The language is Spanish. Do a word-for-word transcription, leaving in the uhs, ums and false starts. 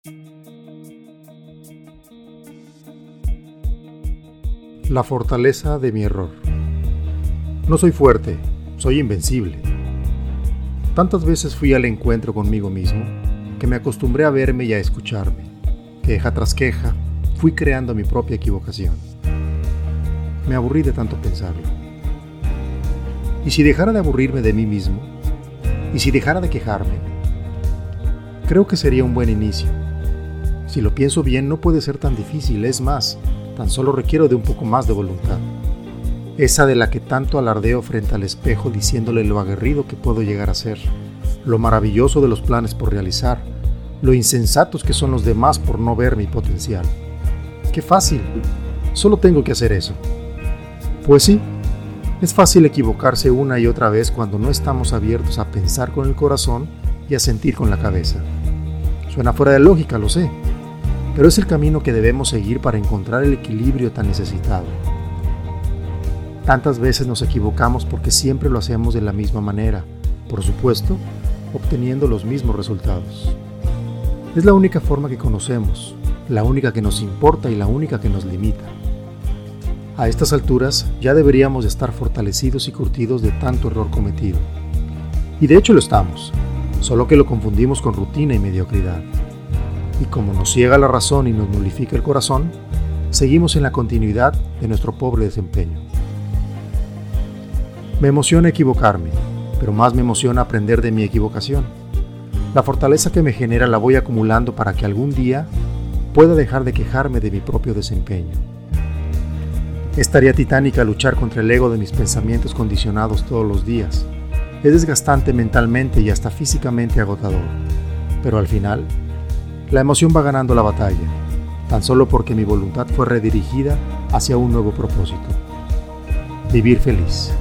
La fortaleza de mi error. No soy fuerte, soy invencible. Tantas veces fui al encuentro conmigo mismo que me acostumbré a verme y a escucharme. Queja tras queja, fui creando mi propia equivocación. Me aburrí de tanto pensarlo. ¿Y si dejara de aburrirme de mí mismo? ¿Y si dejara de quejarme? Creo que sería un buen inicio. Si lo pienso bien, no puede ser tan difícil, es más, tan solo requiero de un poco más de voluntad. Esa de la que tanto alardeo frente al espejo diciéndole lo aguerrido que puedo llegar a ser, lo maravilloso de los planes por realizar, lo insensatos que son los demás por no ver mi potencial. ¡Qué fácil! Solo tengo que hacer eso. Pues sí, es fácil equivocarse una y otra vez cuando no estamos abiertos a pensar con el corazón y a sentir con la cabeza. Suena fuera de lógica, lo sé, pero es el camino que debemos seguir para encontrar el equilibrio tan necesitado. Tantas veces nos equivocamos porque siempre lo hacemos de la misma manera, por supuesto, obteniendo los mismos resultados. Es la única forma que conocemos, la única que nos importa y la única que nos limita. A estas alturas ya deberíamos de estar fortalecidos y curtidos de tanto error cometido. Y de hecho lo estamos, solo que lo confundimos con rutina y mediocridad. Y como nos ciega la razón y nos nulifica el corazón, seguimos en la continuidad de nuestro pobre desempeño. Me emociona equivocarme, pero más me emociona aprender de mi equivocación. La fortaleza que me genera la voy acumulando para que algún día pueda dejar de quejarme de mi propio desempeño. Es tarea titánica luchar contra el ego de mis pensamientos condicionados todos los días. Es desgastante mentalmente y hasta físicamente agotador, pero al final, la emoción va ganando la batalla, tan solo porque mi voluntad fue redirigida hacia un nuevo propósito: vivir feliz.